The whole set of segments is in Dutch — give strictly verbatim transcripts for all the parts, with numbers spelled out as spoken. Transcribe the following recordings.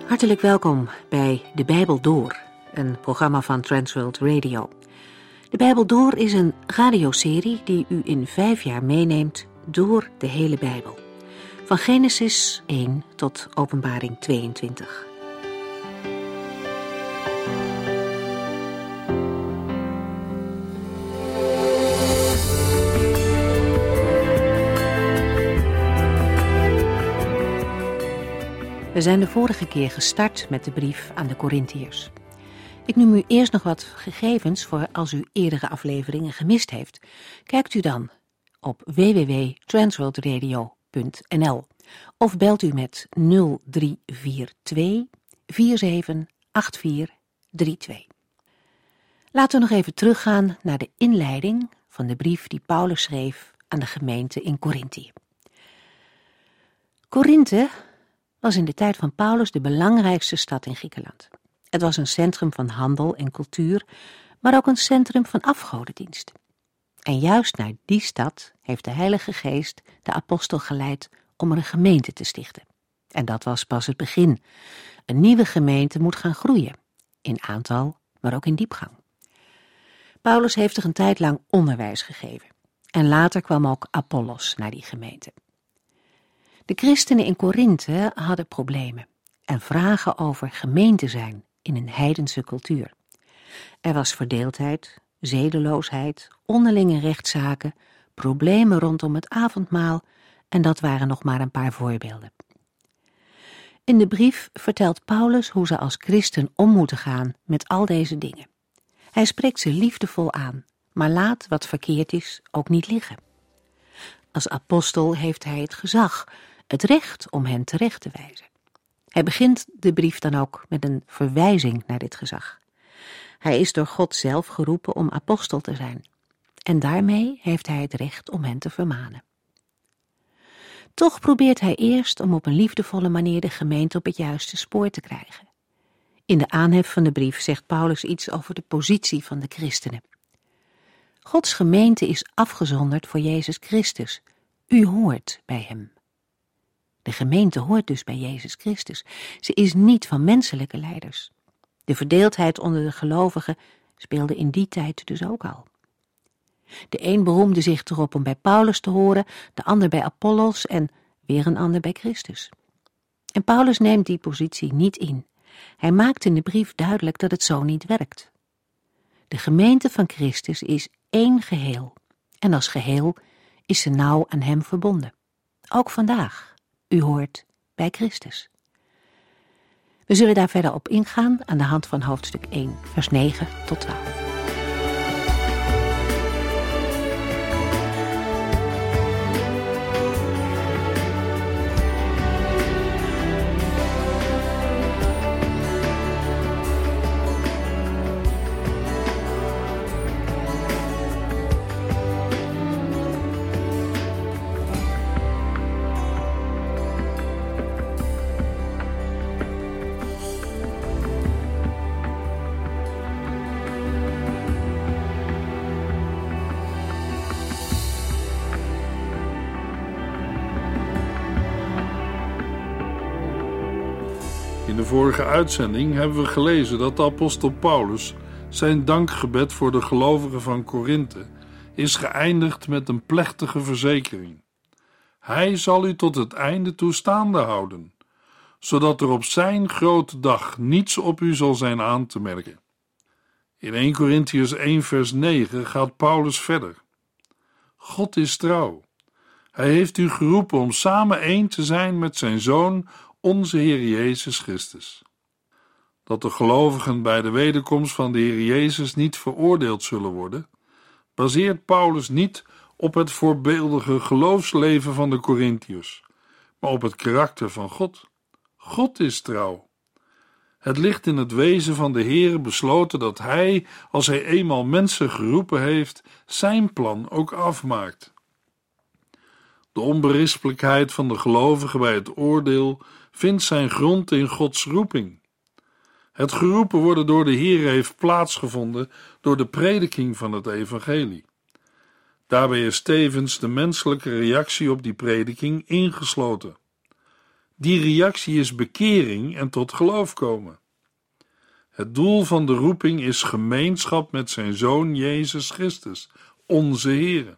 Hartelijk welkom bij De Bijbel Door, een programma van Transworld Radio. De Bijbel Door is een radioserie die u in vijf jaar meeneemt door de hele Bijbel. Van Genesis één tot Openbaring tweeëntwintig. We zijn de vorige keer gestart met de brief aan de Korintiërs. Ik noem u eerst nog wat gegevens voor als u eerdere afleveringen gemist heeft. Kijkt u dan op w w w punt transworld radio punt n l of belt u met nul drie vier twee vier zeven acht vier drie twee. Laten we nog even teruggaan naar de inleiding van de brief die Paulus schreef aan de gemeente in Korinthe. Korinthe was in de tijd van Paulus de belangrijkste stad in Griekenland. Het was een centrum van handel en cultuur, maar ook een centrum van afgodendienst. En juist naar die stad heeft de Heilige Geest de apostel geleid om er een gemeente te stichten. En dat was pas het begin. Een nieuwe gemeente moet gaan groeien, in aantal, maar ook in diepgang. Paulus heeft er een tijd lang onderwijs gegeven. En later kwam ook Apollos naar die gemeente. De christenen in Korinthe hadden problemen en vragen over gemeente zijn in een heidense cultuur. Er was verdeeldheid, zedeloosheid, onderlinge rechtszaken, problemen rondom het avondmaal en dat waren nog maar een paar voorbeelden. In de brief vertelt Paulus hoe ze als christen om moeten gaan met al deze dingen. Hij spreekt ze liefdevol aan, maar laat wat verkeerd is ook niet liggen. Als apostel heeft hij het gezag, het recht om hen terecht te wijzen. Hij begint de brief dan ook met een verwijzing naar dit gezag. Hij is door God zelf geroepen om apostel te zijn. En daarmee heeft hij het recht om hen te vermanen. Toch probeert hij eerst om op een liefdevolle manier de gemeente op het juiste spoor te krijgen. In de aanhef van de brief zegt Paulus iets over de positie van de christenen. Gods gemeente is afgezonderd voor Jezus Christus. U hoort bij hem. De gemeente hoort dus bij Jezus Christus. Ze is niet van menselijke leiders. De verdeeldheid onder de gelovigen speelde in die tijd dus ook al. De een beroemde zich erop om bij Paulus te horen, de ander bij Apollos en weer een ander bij Christus. En Paulus neemt die positie niet in. Hij maakt in de brief duidelijk dat het zo niet werkt. De gemeente van Christus is één geheel. En als geheel is ze nauw aan hem verbonden. Ook vandaag. U hoort bij Christus. We zullen daar verder op ingaan aan de hand van hoofdstuk één, vers negen tot twaalf. In de vorige uitzending hebben we gelezen dat de apostel Paulus zijn dankgebed voor de gelovigen van Korinthe is geëindigd met een plechtige verzekering. Hij zal u tot het einde toe staande houden, zodat er op zijn grote dag niets op u zal zijn aan te merken. In eerste Korintiërs één vers negen gaat Paulus verder. God is trouw. Hij heeft u geroepen om samen één te zijn met zijn Zoon, onze Heer Jezus Christus. Dat de gelovigen bij de wederkomst van de Heer Jezus niet veroordeeld zullen worden, baseert Paulus niet op het voorbeeldige geloofsleven van de Korintiërs, maar op het karakter van God. God is trouw. Het ligt in het wezen van de Heer besloten dat Hij, als Hij eenmaal mensen geroepen heeft, zijn plan ook afmaakt. De onberispelijkheid van de gelovigen bij het oordeel vindt zijn grond in Gods roeping. Het geroepen worden door de Heer heeft plaatsgevonden door de prediking van het evangelie. Daarbij is tevens de menselijke reactie op die prediking ingesloten. Die reactie is bekering en tot geloof komen. Het doel van de roeping is gemeenschap met zijn Zoon Jezus Christus, onze Heere.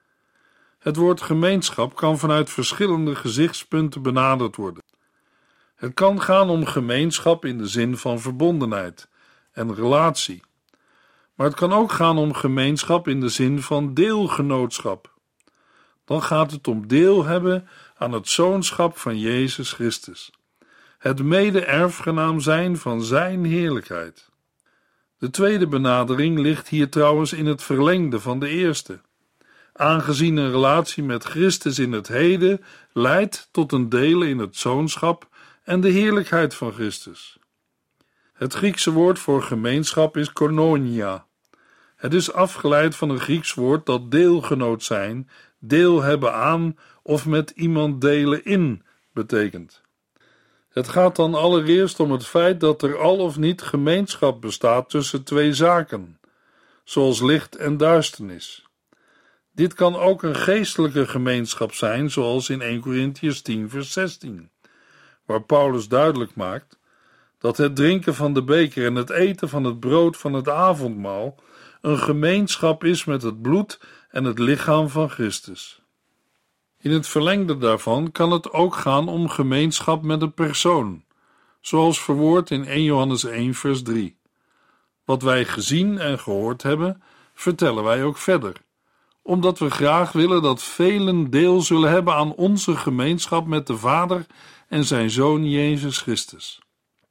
Het woord gemeenschap kan vanuit verschillende gezichtspunten benaderd worden. Het kan gaan om gemeenschap in de zin van verbondenheid en relatie. Maar het kan ook gaan om gemeenschap in de zin van deelgenootschap. Dan gaat het om deel hebben aan het zoonschap van Jezus Christus. Het mede-erfgenaam zijn van zijn heerlijkheid. De tweede benadering ligt hier trouwens in het verlengde van de eerste. Aangezien een relatie met Christus in het heden leidt tot een delen in het zoonschap en de heerlijkheid van Christus. Het Griekse woord voor gemeenschap is koinonia. Het is afgeleid van een Grieks woord dat deelgenoot zijn, deel hebben aan of met iemand delen in betekent. Het gaat dan allereerst om het feit dat er al of niet gemeenschap bestaat tussen twee zaken, zoals licht en duisternis. Dit kan ook een geestelijke gemeenschap zijn, zoals in eerste Korintiërs tien vers zestien, waar Paulus duidelijk maakt dat het drinken van de beker en het eten van het brood van het avondmaal een gemeenschap is met het bloed en het lichaam van Christus. In het verlengde daarvan kan het ook gaan om gemeenschap met een persoon, zoals verwoord in eerste Johannes één vers drie. Wat wij gezien en gehoord hebben, vertellen wij ook verder, omdat we graag willen dat velen deel zullen hebben aan onze gemeenschap met de Vader en zijn Zoon Jezus Christus.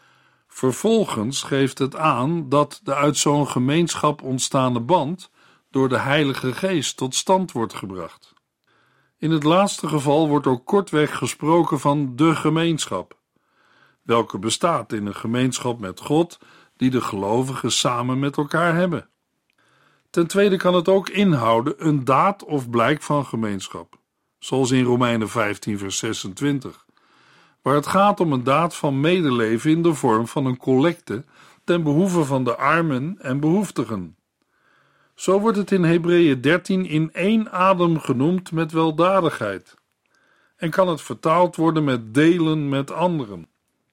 Vervolgens geeft het aan dat de uit zo'n gemeenschap ontstaande band door de Heilige Geest tot stand wordt gebracht. In het laatste geval wordt ook kortweg gesproken van de gemeenschap, welke bestaat in een gemeenschap met God die de gelovigen samen met elkaar hebben. Ten tweede kan het ook inhouden een daad of blijk van gemeenschap, zoals in Romeinen vijftien vers zesentwintig, waar het gaat om een daad van medeleven in de vorm van een collecte ten behoeve van de armen en behoeftigen. Zo wordt het in Hebreeën dertien in één adem genoemd met weldadigheid en kan het vertaald worden met delen met anderen.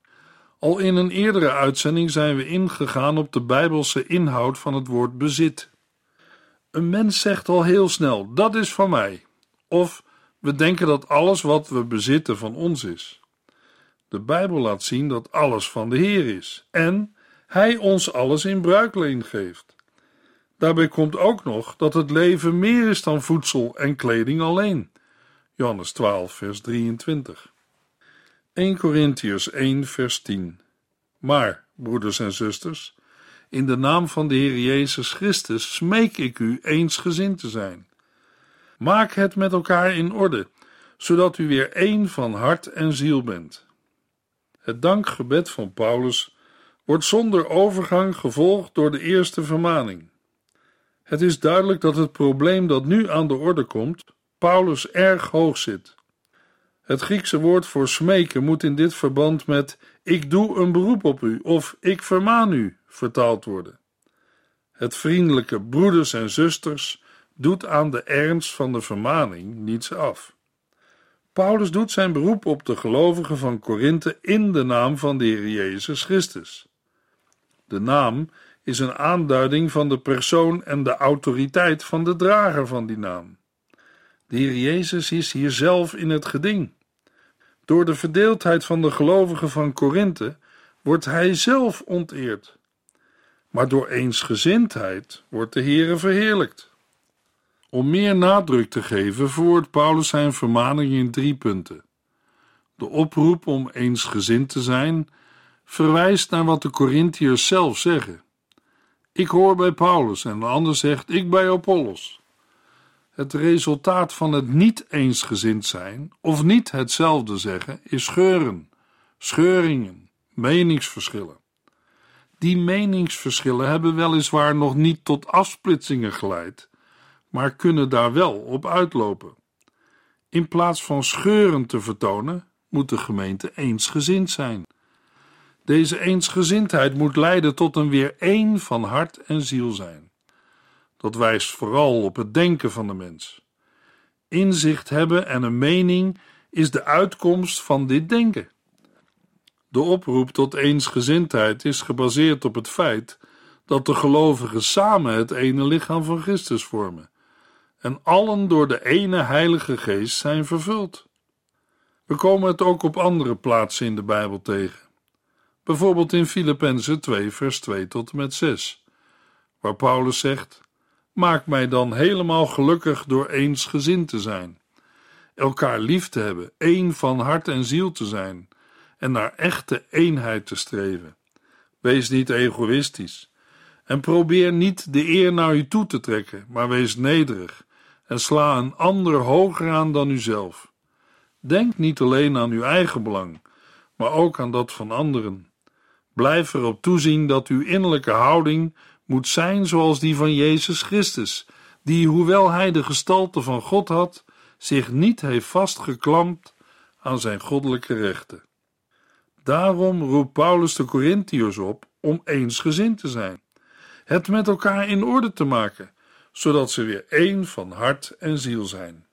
Al in een eerdere uitzending zijn we ingegaan op de Bijbelse inhoud van het woord bezit. Een mens zegt al heel snel, dat is van mij, of we denken dat alles wat we bezitten van ons is. De Bijbel laat zien dat alles van de Heer is en Hij ons alles in bruikleen geeft. Daarbij komt ook nog dat het leven meer is dan voedsel en kleding alleen. Johannes twaalf vers drieëntwintig. eerste Korintiërs één vers tien. Maar, broeders en zusters, in de naam van de Heer Jezus Christus smeek ik u eensgezind te zijn. Maak het met elkaar in orde, zodat u weer één van hart en ziel bent. Het dankgebed van Paulus wordt zonder overgang gevolgd door de eerste vermaning. Het is duidelijk dat het probleem dat nu aan de orde komt, Paulus erg hoog zit. Het Griekse woord voor smeken moet in dit verband met ik doe een beroep op u of ik vermaan u vertaald worden. Het vriendelijke broeders en zusters doet aan de ernst van de vermaning niets af. Paulus doet zijn beroep op de gelovigen van Korinthe in de naam van de Heer Jezus Christus. De naam is een aanduiding van de persoon en de autoriteit van de drager van die naam. De Heer Jezus is hier zelf in het geding. Door de verdeeldheid van de gelovigen van Korinthe wordt Hij zelf onteerd. Maar door eensgezindheid wordt de Heere verheerlijkt. Om meer nadruk te geven verwoordt Paulus zijn vermaning in drie punten. De oproep om eensgezind te zijn verwijst naar wat de Korintiërs zelf zeggen. Ik hoor bij Paulus en de ander zegt ik bij Apollos. Het resultaat van het niet eensgezind zijn of niet hetzelfde zeggen is scheuren, scheuringen, meningsverschillen. Die meningsverschillen hebben weliswaar nog niet tot afsplitsingen geleid, maar kunnen daar wel op uitlopen. In plaats van scheuren te vertonen, moet de gemeente eensgezind zijn. Deze eensgezindheid moet leiden tot een weer één van hart en ziel zijn. Dat wijst vooral op het denken van de mens. Inzicht hebben en een mening is de uitkomst van dit denken. De oproep tot eensgezindheid is gebaseerd op het feit dat de gelovigen samen het ene lichaam van Christus vormen en allen door de ene Heilige Geest zijn vervuld. We komen het ook op andere plaatsen in de Bijbel tegen. Bijvoorbeeld in Filippenzen twee vers twee tot en met zes, waar Paulus zegt: maak mij dan helemaal gelukkig door eensgezind te zijn, elkaar lief te hebben, één van hart en ziel te zijn en naar echte eenheid te streven. Wees niet egoïstisch en probeer niet de eer naar u toe te trekken, maar wees nederig en sla een ander hoger aan dan uzelf. Denk niet alleen aan uw eigen belang, maar ook aan dat van anderen. Blijf erop toezien dat uw innerlijke houding moet zijn zoals die van Jezus Christus, die, hoewel hij de gestalte van God had, zich niet heeft vastgeklampt aan zijn goddelijke rechten. Daarom roept Paulus de Korintiërs op om eensgezind te zijn, het met elkaar in orde te maken, zodat ze weer één van hart en ziel zijn.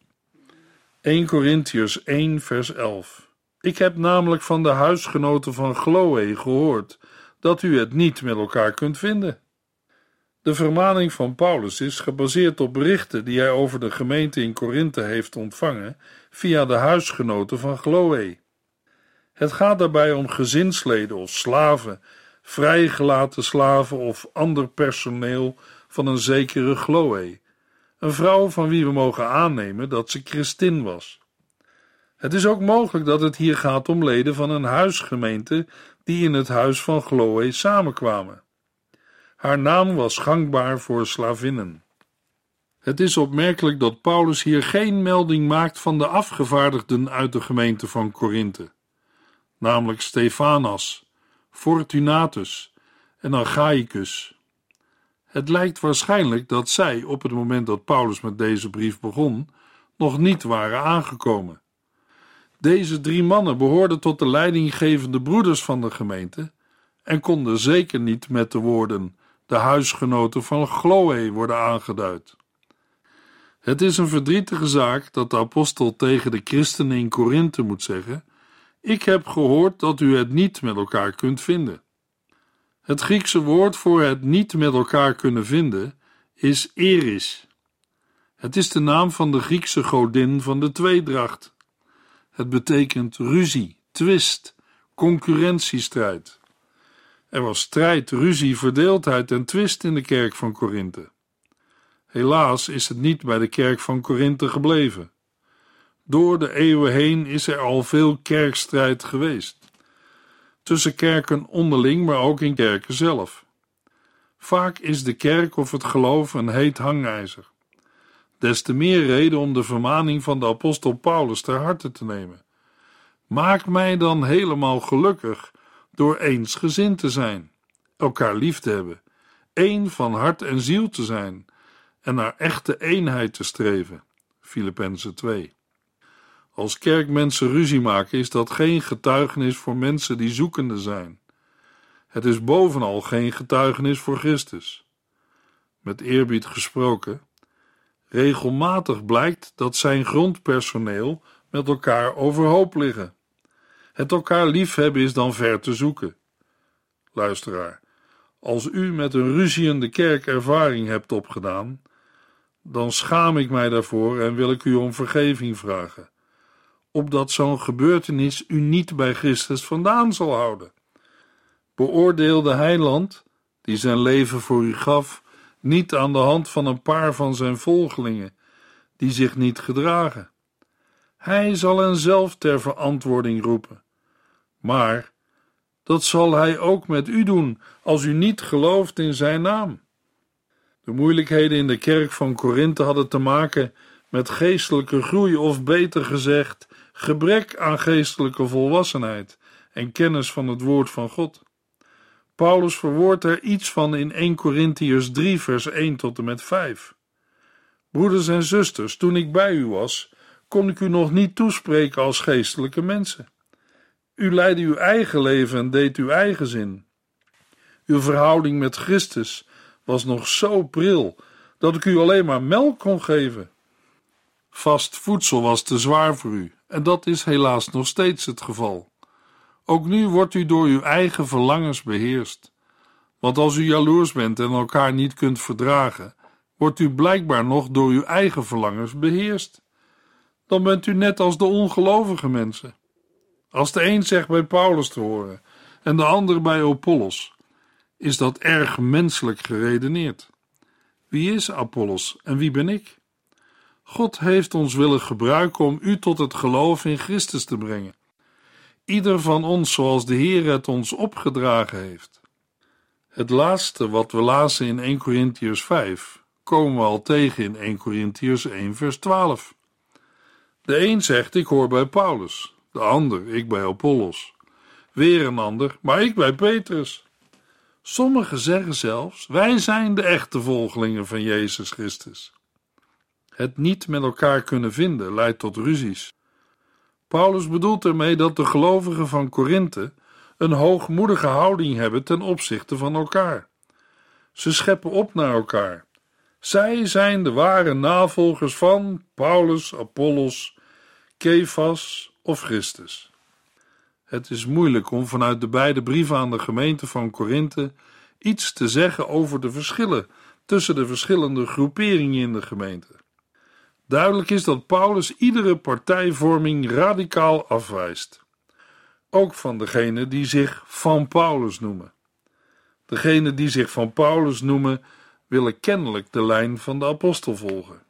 Eerste Korintiërs één vers elf. Ik heb namelijk van de huisgenoten van Chloe gehoord dat u het niet met elkaar kunt vinden. De vermaning van Paulus is gebaseerd op berichten die hij over de gemeente in Korinthe heeft ontvangen via de huisgenoten van Chloe. Het gaat daarbij om gezinsleden of slaven, vrijgelaten slaven of ander personeel van een zekere Chloe, een vrouw van wie we mogen aannemen dat ze christin was. Het is ook mogelijk dat het hier gaat om leden van een huisgemeente die in het huis van Chloe samenkwamen. Haar naam was gangbaar voor slavinnen. Het is opmerkelijk dat Paulus hier geen melding maakt van de afgevaardigden uit de gemeente van Korinthe, namelijk Stefanas, Fortunatus en Achaicus. Het lijkt waarschijnlijk dat zij op het moment dat Paulus met deze brief begon, nog niet waren aangekomen. Deze drie mannen behoorden tot de leidinggevende broeders van de gemeente en konden zeker niet met de woorden de huisgenoten van Chloe worden aangeduid. Het is een verdrietige zaak dat de apostel tegen de christenen in Korinthe moet zeggen: ik heb gehoord dat u het niet met elkaar kunt vinden. Het Griekse woord voor het niet met elkaar kunnen vinden is eris. Het is de naam van de Griekse godin van de tweedracht. Het betekent ruzie, twist, concurrentiestrijd. Er was strijd, ruzie, verdeeldheid en twist in de kerk van Korinthe. Helaas is het niet bij de kerk van Korinthe gebleven. Door de eeuwen heen is er al veel kerkstrijd geweest. Tussen kerken onderling, maar ook in kerken zelf. Vaak is de kerk of het geloof een heet hangijzer. Des te meer reden om de vermaning van de apostel Paulus ter harte te nemen. Maak mij dan helemaal gelukkig door eensgezind te zijn, elkaar lief te hebben, één van hart en ziel te zijn en naar echte eenheid te streven. Filippenzen twee. Als kerkmensen ruzie maken is dat geen getuigenis voor mensen die zoekende zijn. Het is bovenal geen getuigenis voor Christus. Met eerbied gesproken, regelmatig blijkt dat zijn grondpersoneel met elkaar overhoop liggen. Het elkaar liefhebben is dan ver te zoeken. Luisteraar, als u met een ruziende kerk ervaring hebt opgedaan, dan schaam ik mij daarvoor en wil ik u om vergeving vragen, opdat zo'n gebeurtenis u niet bij Christus vandaan zal houden. Beoordeel de heiland, die zijn leven voor u gaf, niet aan de hand van een paar van zijn volgelingen, die zich niet gedragen. Hij zal hen zelf ter verantwoording roepen. Maar dat zal hij ook met u doen, als u niet gelooft in zijn naam. De moeilijkheden in de kerk van Korinthe hadden te maken met geestelijke groei, of beter gezegd, gebrek aan geestelijke volwassenheid en kennis van het woord van God. Paulus verwoordt er iets van in Eerste Korintiërs drie vers één tot en met vijf. Broeders en zusters, toen ik bij u was, kon ik u nog niet toespreken als geestelijke mensen. U leidde uw eigen leven en deed uw eigen zin. Uw verhouding met Christus was nog zo pril, dat ik u alleen maar melk kon geven. Vast voedsel was te zwaar voor u, en dat is helaas nog steeds het geval. Ook nu wordt u door uw eigen verlangens beheerst. Want als u jaloers bent en elkaar niet kunt verdragen, wordt u blijkbaar nog door uw eigen verlangens beheerst. Dan bent u net als de ongelovige mensen. Als de een zegt bij Paulus te horen en de ander bij Apollos, is dat erg menselijk geredeneerd. Wie is Apollos en wie ben ik? God heeft ons willen gebruiken om u tot het geloof in Christus te brengen. Ieder van ons zoals de Heer het ons opgedragen heeft. Het laatste wat we lazen in Eerste Korintiërs vijf, komen we al tegen in Eerste Korintiërs één vers twaalf. De een zegt, ik hoor bij Paulus, de ander, ik bij Apollos. Weer een ander, maar ik bij Petrus. Sommigen zeggen zelfs, wij zijn de echte volgelingen van Jezus Christus. Het niet met elkaar kunnen vinden leidt tot ruzies. Paulus bedoelt ermee dat de gelovigen van Korinthe een hoogmoedige houding hebben ten opzichte van elkaar. Ze scheppen op naar elkaar. Zij zijn de ware navolgers van Paulus, Apollos, Kefas of Christus. Het is moeilijk om vanuit de beide brieven aan de gemeente van Korinthe iets te zeggen over de verschillen tussen de verschillende groeperingen in de gemeente. Duidelijk is dat Paulus iedere partijvorming radicaal afwijst. Ook van degenen die zich van Paulus noemen. Degenen die zich van Paulus noemen, willen kennelijk de lijn van de apostel volgen.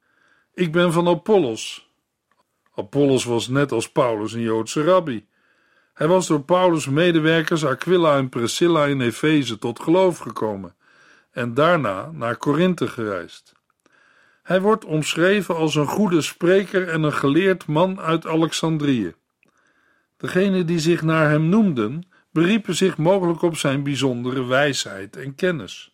Ik ben van Apollos. Apollos was net als Paulus een Joodse rabbi. Hij was door Paulus' medewerkers Aquila en Priscilla in Efeze tot geloof gekomen en daarna naar Korinthe gereisd. Hij wordt omschreven als een goede spreker en een geleerd man uit Alexandrië. Degenen die zich naar hem noemden, beriepen zich mogelijk op zijn bijzondere wijsheid en kennis.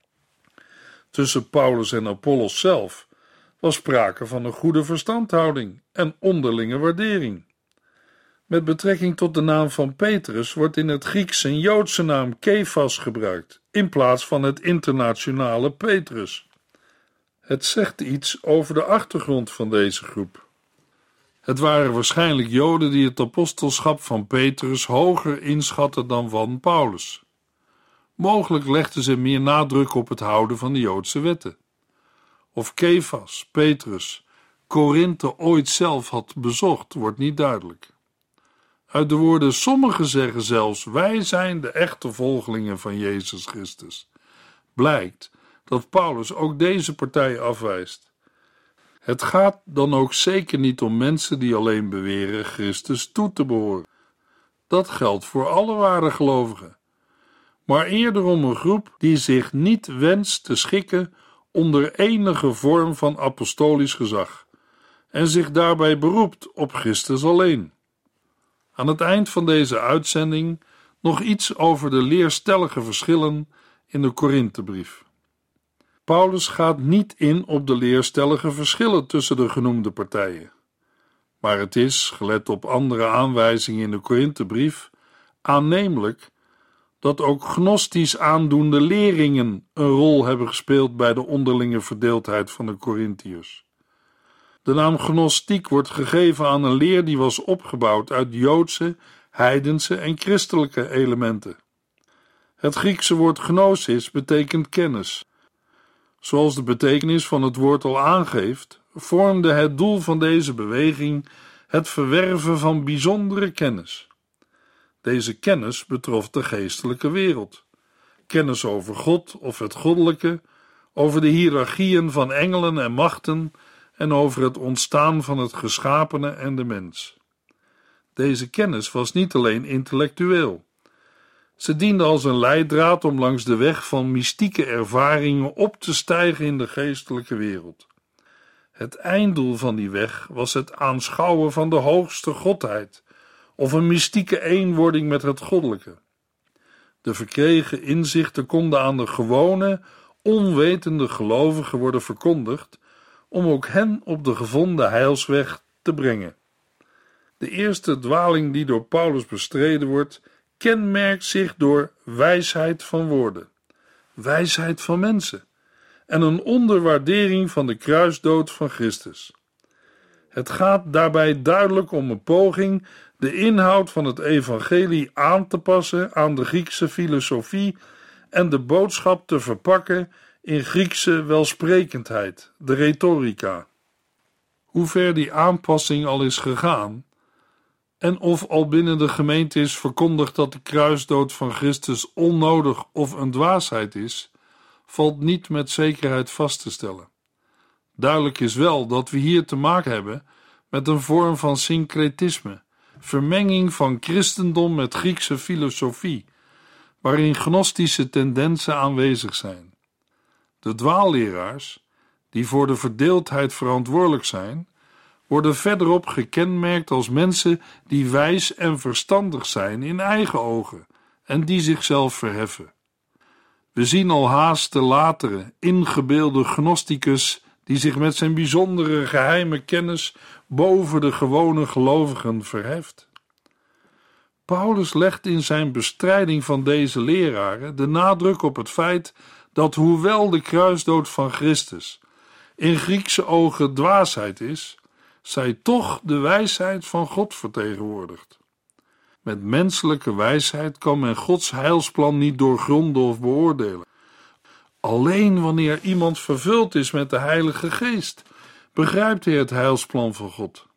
Tussen Paulus en Apollos zelf was sprake van een goede verstandhouding en onderlinge waardering. Met betrekking tot de naam van Petrus wordt in het Grieks een Joodse naam Kefas gebruikt, in plaats van het internationale Petrus. Het zegt iets over de achtergrond van deze groep. Het waren waarschijnlijk Joden die het apostelschap van Petrus hoger inschatten dan van Paulus. Mogelijk legden ze meer nadruk op het houden van de Joodse wetten. Of Kefas, Petrus, Korinthe ooit zelf had bezocht, wordt niet duidelijk. Uit de woorden sommigen zeggen zelfs, wij zijn de echte volgelingen van Jezus Christus, blijkt dat Paulus ook deze partij afwijst. Het gaat dan ook zeker niet om mensen die alleen beweren Christus toe te behoren. Dat geldt voor alle ware gelovigen. Maar eerder om een groep die zich niet wenst te schikken onder enige vorm van apostolisch gezag en zich daarbij beroept op Christus alleen. Aan het eind van deze uitzending nog iets over de leerstellige verschillen in de Korinthebrief. Paulus gaat niet in op de leerstellige verschillen tussen de genoemde partijen. Maar het is, gelet op andere aanwijzingen in de Korinthebrief, aannemelijk dat ook gnostisch aandoende leringen een rol hebben gespeeld bij de onderlinge verdeeldheid van de Korintiërs. De naam gnostiek wordt gegeven aan een leer die was opgebouwd uit Joodse, heidense en christelijke elementen. Het Griekse woord gnosis betekent kennis. Zoals de betekenis van het woord al aangeeft, vormde het doel van deze beweging het verwerven van bijzondere kennis. Deze kennis betrof de geestelijke wereld. Kennis over God of het goddelijke, over de hiërarchieën van engelen en machten en over het ontstaan van het geschapene en de mens. Deze kennis was niet alleen intellectueel. Ze diende als een leidraad om langs de weg van mystieke ervaringen op te stijgen in de geestelijke wereld. Het einddoel van die weg was het aanschouwen van de hoogste godheid, of een mystieke eenwording met het goddelijke. De verkregen inzichten konden aan de gewone, onwetende gelovigen worden verkondigd, om ook hen op de gevonden heilsweg te brengen. De eerste dwaling die door Paulus bestreden wordt, kenmerkt zich door wijsheid van woorden, wijsheid van mensen en een onderwaardering van de kruisdood van Christus. Het gaat daarbij duidelijk om een poging de inhoud van het evangelie aan te passen aan de Griekse filosofie en de boodschap te verpakken in Griekse welsprekendheid, de retorica. Hoe ver die aanpassing al is gegaan en of al binnen de gemeente is verkondigd dat de kruisdood van Christus onnodig of een dwaasheid is, valt niet met zekerheid vast te stellen. Duidelijk is wel dat we hier te maken hebben met een vorm van syncretisme, vermenging van christendom met Griekse filosofie, waarin gnostische tendensen aanwezig zijn. De dwaalleraars, die voor de verdeeldheid verantwoordelijk zijn, worden verderop gekenmerkt als mensen die wijs en verstandig zijn in eigen ogen en die zichzelf verheffen. We zien al haast de latere, ingebeelde gnosticus die zich met zijn bijzondere geheime kennis boven de gewone gelovigen verheft. Paulus legt in zijn bestrijding van deze leraren de nadruk op het feit dat hoewel de kruisdood van Christus in Griekse ogen dwaasheid is, zij toch de wijsheid van God vertegenwoordigt. Met menselijke wijsheid kan men Gods heilsplan niet doorgronden of beoordelen. Alleen wanneer iemand vervuld is met de Heilige Geest, begrijpt hij het heilsplan van God.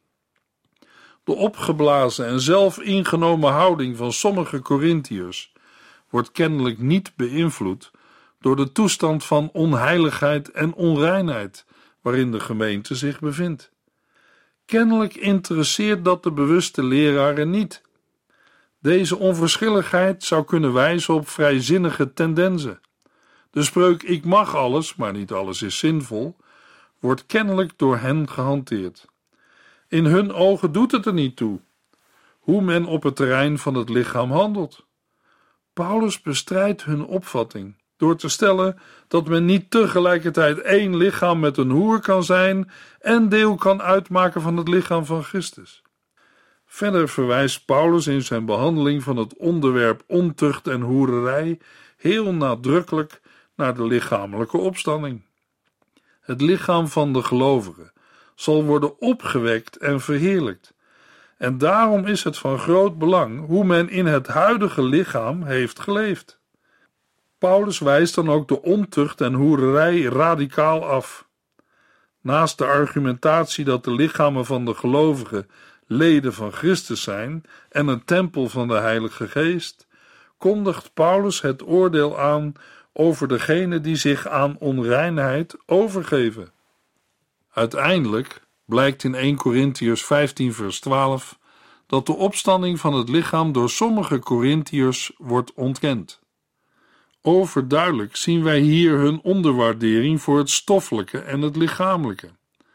De opgeblazen en zelf ingenomen houding van sommige Korintiërs wordt kennelijk niet beïnvloed door de toestand van onheiligheid en onreinheid waarin de gemeente zich bevindt. Kennelijk interesseert dat de bewuste leraren niet. Deze onverschilligheid zou kunnen wijzen op vrijzinnige tendensen. De spreuk ik mag alles, maar niet alles is zinvol, wordt kennelijk door hen gehanteerd. In hun ogen doet het er niet toe hoe men op het terrein van het lichaam handelt. Paulus bestrijdt hun opvatting door te stellen dat men niet tegelijkertijd één lichaam met een hoer kan zijn en deel kan uitmaken van het lichaam van Christus. Verder verwijst Paulus in zijn behandeling van het onderwerp ontucht en hoererij heel nadrukkelijk naar de lichamelijke opstanding. Het lichaam van de gelovige zal worden opgewekt en verheerlijkt. En daarom is het van groot belang hoe men in het huidige lichaam heeft geleefd. Paulus wijst dan ook de ontucht en hoererij radicaal af. Naast de argumentatie dat de lichamen van de gelovigen leden van Christus zijn en een tempel van de Heilige Geest, kondigt Paulus het oordeel aan over degenen die zich aan onreinheid overgeven. Uiteindelijk blijkt in eerste Korintiërs vijftien vers twaalf dat de opstanding van het lichaam door sommige Korintiërs wordt ontkend. Overduidelijk zien wij hier hun onderwaardering voor het stoffelijke en het lichamelijke.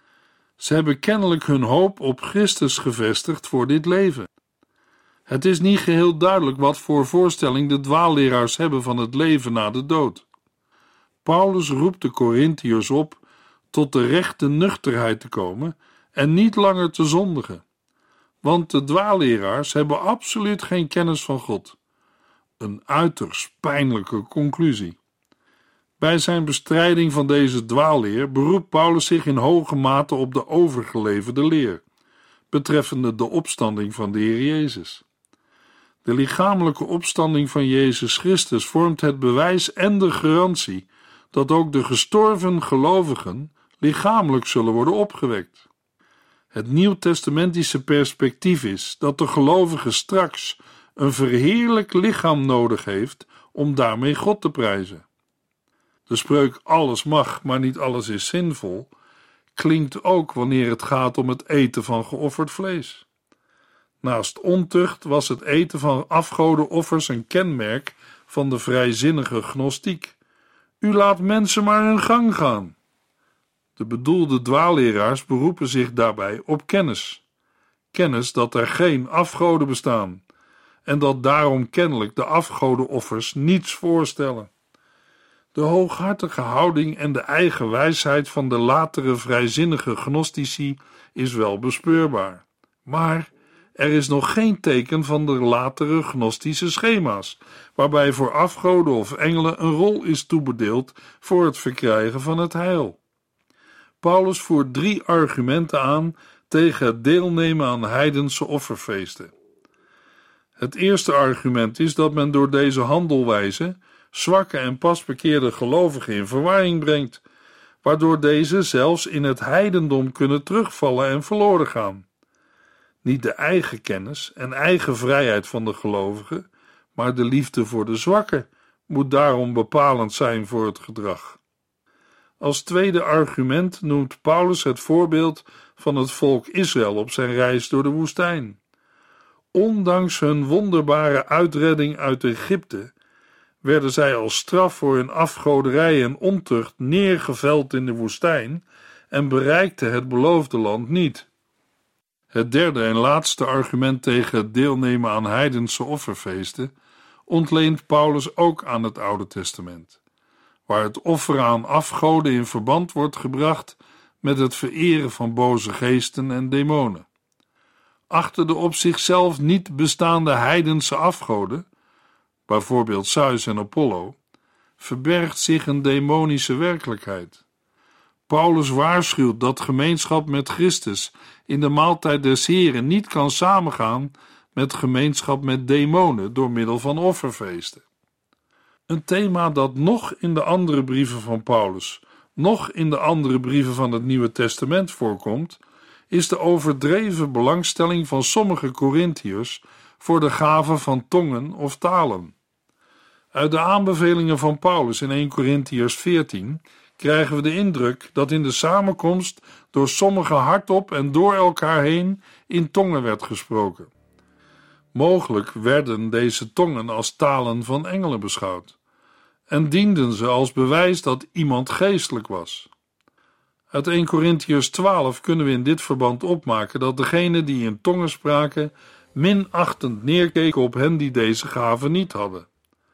Ze hebben kennelijk hun hoop op Christus gevestigd voor dit leven. Het is niet geheel duidelijk wat voor voorstelling de dwaalleraars hebben van het leven na de dood. Paulus roept de Korintiërs op tot de rechte nuchterheid te komen en niet langer te zondigen. Want de dwaalleraars hebben absoluut geen kennis van God. Een uiterst pijnlijke conclusie. Bij zijn bestrijding van deze dwaalleer beroept Paulus zich in hoge mate op de overgeleverde leer, betreffende de opstanding van de Heer Jezus. De lichamelijke opstanding van Jezus Christus vormt het bewijs en de garantie dat ook de gestorven gelovigen lichamelijk zullen worden opgewekt. Het nieuwtestamentische perspectief is dat de gelovige straks een verheerlijk lichaam nodig heeft om daarmee God te prijzen. De spreuk alles mag, maar niet alles is zinvol, klinkt ook wanneer het gaat om het eten van geofferd vlees. Naast ontucht was het eten van afgodenoffers een kenmerk van de vrijzinnige gnostiek. U laat mensen maar hun gang gaan. De bedoelde dwaalleraars beroepen zich daarbij op kennis. Kennis dat er geen afgoden bestaan en dat daarom kennelijk de afgodenoffers niets voorstellen. De hooghartige houding en de eigen wijsheid van de latere vrijzinnige gnostici is wel bespeurbaar. Maar er is nog geen teken van de latere gnostische schema's, waarbij voor afgoden of engelen een rol is toebedeeld voor het verkrijgen van het heil. Paulus voert drie argumenten aan tegen het deelnemen aan heidense offerfeesten. Het eerste argument is dat men door deze handelwijze zwakke en pasbekeerde gelovigen in verwarring brengt, waardoor deze zelfs in het heidendom kunnen terugvallen en verloren gaan. Niet de eigen kennis en eigen vrijheid van de gelovigen, maar de liefde voor de zwakken moet daarom bepalend zijn voor het gedrag. Als tweede argument noemt Paulus het voorbeeld van het volk Israël op zijn reis door de woestijn. Ondanks hun wonderbare uitredding uit Egypte werden zij als straf voor hun afgoderij en ontucht neergeveld in de woestijn en bereikten het beloofde land niet. Het derde en laatste argument tegen het deelnemen aan heidense offerfeesten ontleent Paulus ook aan het Oude Testament, waar het offeren aan afgoden in verband wordt gebracht met het vereren van boze geesten en demonen. Achter de op zichzelf niet bestaande heidense afgoden, bijvoorbeeld Zeus en Apollo, verbergt zich een demonische werkelijkheid. Paulus waarschuwt dat gemeenschap met Christus in de maaltijd des Heren niet kan samengaan met gemeenschap met demonen door middel van offerfeesten. Een thema dat nog in de andere brieven van Paulus, nog in de andere brieven van het Nieuwe Testament voorkomt, is de overdreven belangstelling van sommige Korintiërs voor de gave van tongen of talen. Uit de aanbevelingen van Paulus in eerste Korintiërs veertien krijgen we de indruk dat in de samenkomst door sommigen hardop en door elkaar heen in tongen werd gesproken. Mogelijk werden deze tongen als talen van engelen beschouwd en dienden ze als bewijs dat iemand geestelijk was. Uit eerste Korintiërs twaalf kunnen we in dit verband opmaken dat degenen die in tongen spraken minachtend neerkeken op hen die deze gave niet hadden.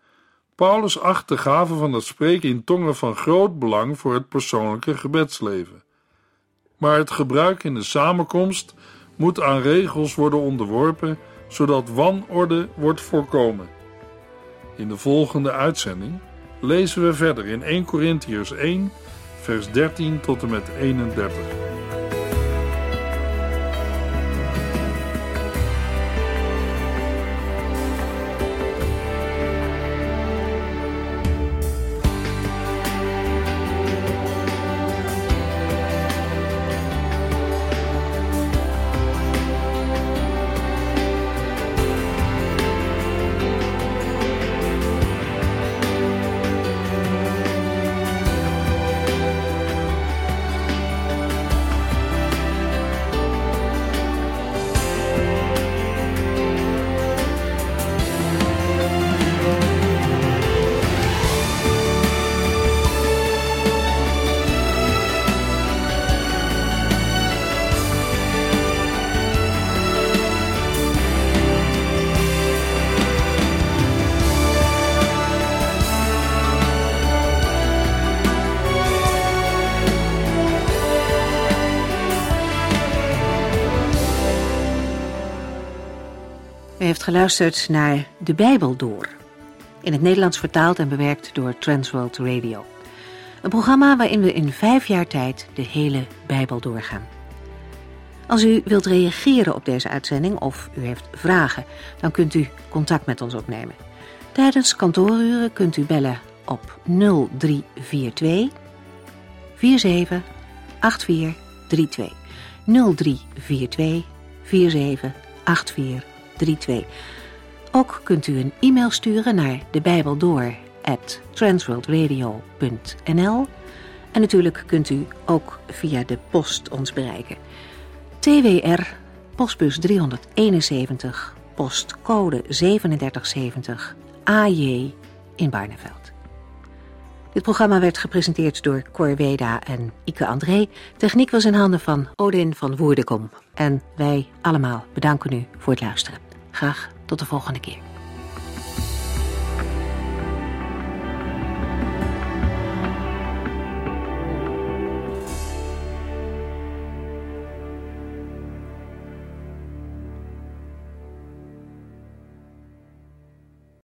Paulus acht de gave van het spreken in tongen van groot belang voor het persoonlijke gebedsleven. Maar het gebruik in de samenkomst moet aan regels worden onderworpen, zodat wanorde wordt voorkomen. In de volgende uitzending lezen we verder in eerste Korintiërs één, vers dertien tot en met eenendertig. U heeft geluisterd naar De Bijbel Door, in het Nederlands vertaald en bewerkt door Transworld Radio. Een programma waarin we in vijf jaar tijd de hele Bijbel doorgaan. Als u wilt reageren op deze uitzending of u heeft vragen, dan kunt u contact met ons opnemen. Tijdens kantooruren kunt u bellen op nul drie vier twee vier zeven acht vier drie twee. nul drie vier twee vier zeven acht vier drie twee. Ook kunt u een e-mail sturen naar debijbeldoor at transworldradio punt n l en natuurlijk kunt u ook via de post ons bereiken. T W R, postbus driehonderdeenenzeventig, postcode zevenendertig zeventig, A J in Barneveld. Dit programma werd gepresenteerd door Cor Weda en Ike André. Techniek was in handen van Odin van Woerdekom. En wij allemaal bedanken u voor het luisteren. Graag tot de volgende keer.